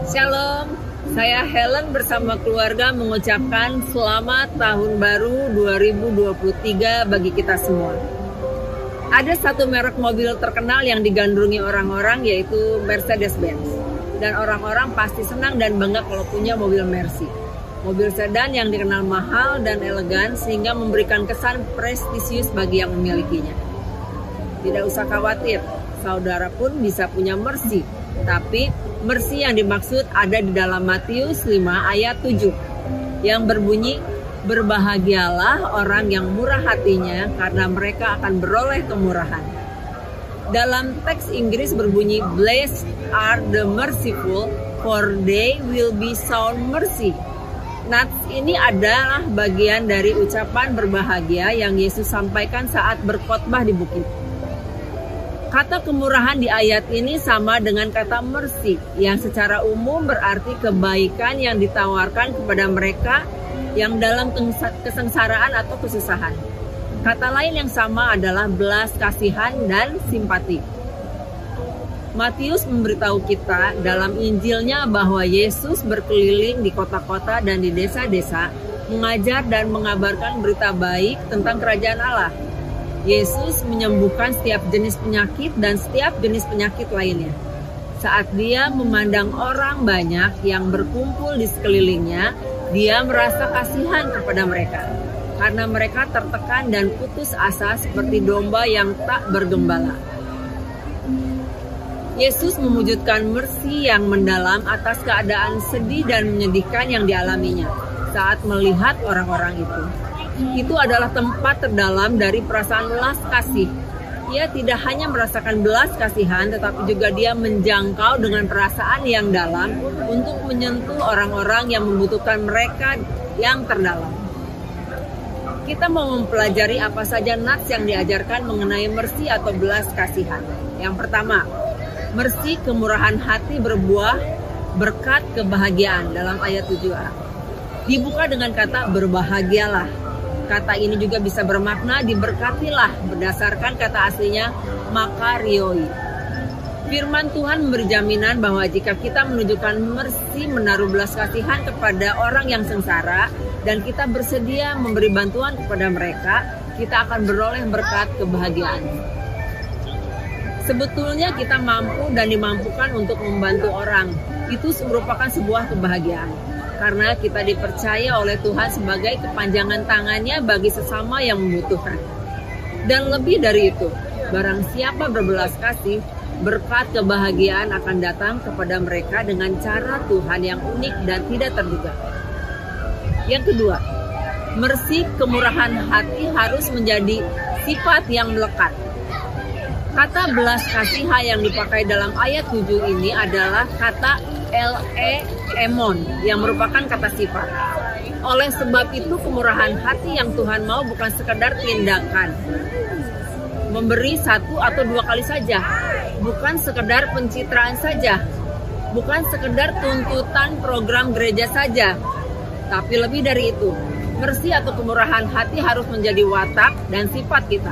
Shalom, saya Helen bersama keluarga mengucapkan selamat tahun baru 2023 bagi kita semua. Ada satu merek mobil terkenal yang digandrungi orang-orang, yaitu Mercedes-Benz. Dan orang-orang pasti senang dan bangga kalau punya mobil Mercy. Mobil sedan yang dikenal mahal dan elegan sehingga memberikan kesan prestisius bagi yang memilikinya. Tidak usah khawatir, saudara pun bisa punya Mercy. Tapi Mercy yang dimaksud ada di dalam Matius 5 ayat 7 yang berbunyi, berbahagialah orang yang murah hatinya karena mereka akan beroleh kemurahan. Dalam teks Inggris berbunyi, blessed are the merciful for they will be shown mercy. Nats ini adalah bagian dari ucapan berbahagia yang Yesus sampaikan saat berkhotbah di bukit. Kata kemurahan di ayat ini sama dengan kata mercy, yang secara umum berarti kebaikan yang ditawarkan kepada mereka yang dalam kesengsaraan atau kesusahan. Kata lain yang sama adalah belas kasihan dan simpati. Matius memberitahu kita dalam Injilnya bahwa Yesus berkeliling di kota-kota dan di desa-desa, mengajar dan mengabarkan berita baik tentang kerajaan Allah. Yesus menyembuhkan setiap jenis penyakit dan setiap jenis penyakit lainnya. Saat dia memandang orang banyak yang berkumpul di sekelilingnya, dia merasa kasihan kepada mereka. Karena mereka tertekan dan putus asa seperti domba yang tak bergembala. Yesus mewujudkan mercy yang mendalam atas keadaan sedih dan menyedihkan yang dialaminya saat melihat orang-orang itu. Itu adalah tempat terdalam dari perasaan belas kasih. Ia tidak hanya merasakan belas kasihan, tetapi juga dia menjangkau dengan perasaan yang dalam untuk menyentuh orang-orang yang membutuhkan mereka yang terdalam. Kita mau mempelajari apa saja nats yang diajarkan mengenai mercy atau belas kasihan. Yang pertama, mercy kemurahan hati berbuah berkat kebahagiaan dalam ayat 7a. Dibuka dengan kata berbahagialah. Kata ini juga bisa bermakna diberkatilah berdasarkan kata aslinya makarioi. Firman Tuhan memberi jaminan bahwa jika kita menunjukkan mercy menaruh belas kasihan kepada orang yang sengsara dan kita bersedia memberi bantuan kepada mereka, kita akan beroleh berkat kebahagiaan. Sebetulnya kita mampu dan dimampukan untuk membantu orang. Itu merupakan sebuah kebahagiaan. Karena kita dipercaya oleh Tuhan sebagai kepanjangan tangannya bagi sesama yang membutuhkan. Dan lebih dari itu, barang siapa berbelas kasih, berkat kebahagiaan akan datang kepada mereka dengan cara Tuhan yang unik dan tidak terduga. Yang kedua, mercy kemurahan hati harus menjadi sifat yang melekat. Kata belas kasihan yang dipakai dalam ayat 7 ini adalah kata emon yang merupakan kata sifat. Oleh sebab itu kemurahan hati yang Tuhan mau bukan sekedar tindakan, memberi satu atau dua kali saja, bukan sekedar pencitraan saja, bukan sekedar tuntutan program gereja saja, tapi lebih dari itu. Mercy atau kemurahan hati harus menjadi watak dan sifat kita.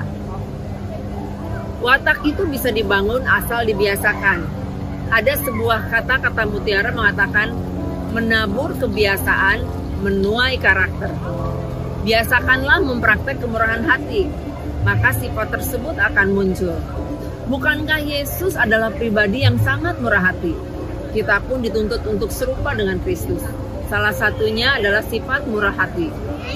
Watak itu bisa dibangun asal dibiasakan. Ada sebuah kata-kata mutiara mengatakan menabur kebiasaan, menuai karakter. Biasakanlah mempraktek kemurahan hati, maka sifat tersebut akan muncul. Bukankah Yesus adalah pribadi yang sangat murah hati? Kita pun dituntut untuk serupa dengan Kristus. Salah satunya adalah sifat murah hati.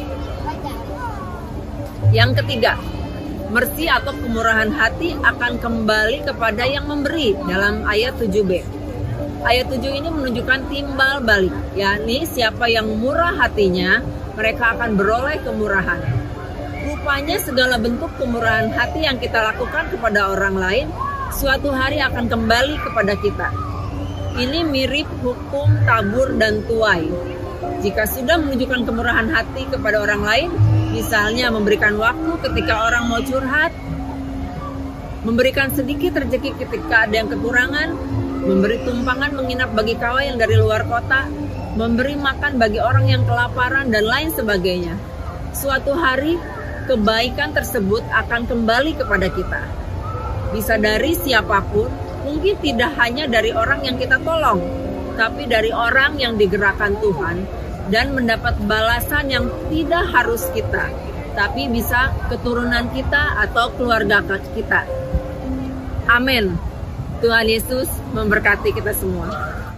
Yang ketiga, mercy atau kemurahan hati akan kembali kepada yang memberi dalam ayat 7b. Ayat 7 ini menunjukkan timbal balik, yakni siapa yang murah hatinya, mereka akan beroleh kemurahan. Rupanya segala bentuk kemurahan hati yang kita lakukan kepada orang lain, suatu hari akan kembali kepada kita. Ini mirip hukum tabur dan tuai. Jika sudah menunjukkan kemurahan hati kepada orang lain, misalnya memberikan waktu ketika orang mau curhat, memberikan sedikit rezeki ketika ada yang kekurangan, memberi tumpangan menginap bagi kawan yang dari luar kota, memberi makan bagi orang yang kelaparan, dan lain sebagainya. Suatu hari, kebaikan tersebut akan kembali kepada kita. Bisa dari siapapun, mungkin tidak hanya dari orang yang kita tolong, tapi dari orang yang digerakkan Tuhan dan mendapat balasan yang tidak harus kita, tapi bisa keturunan kita atau keluarga kita. Amin. Tuhan Yesus memberkati kita semua.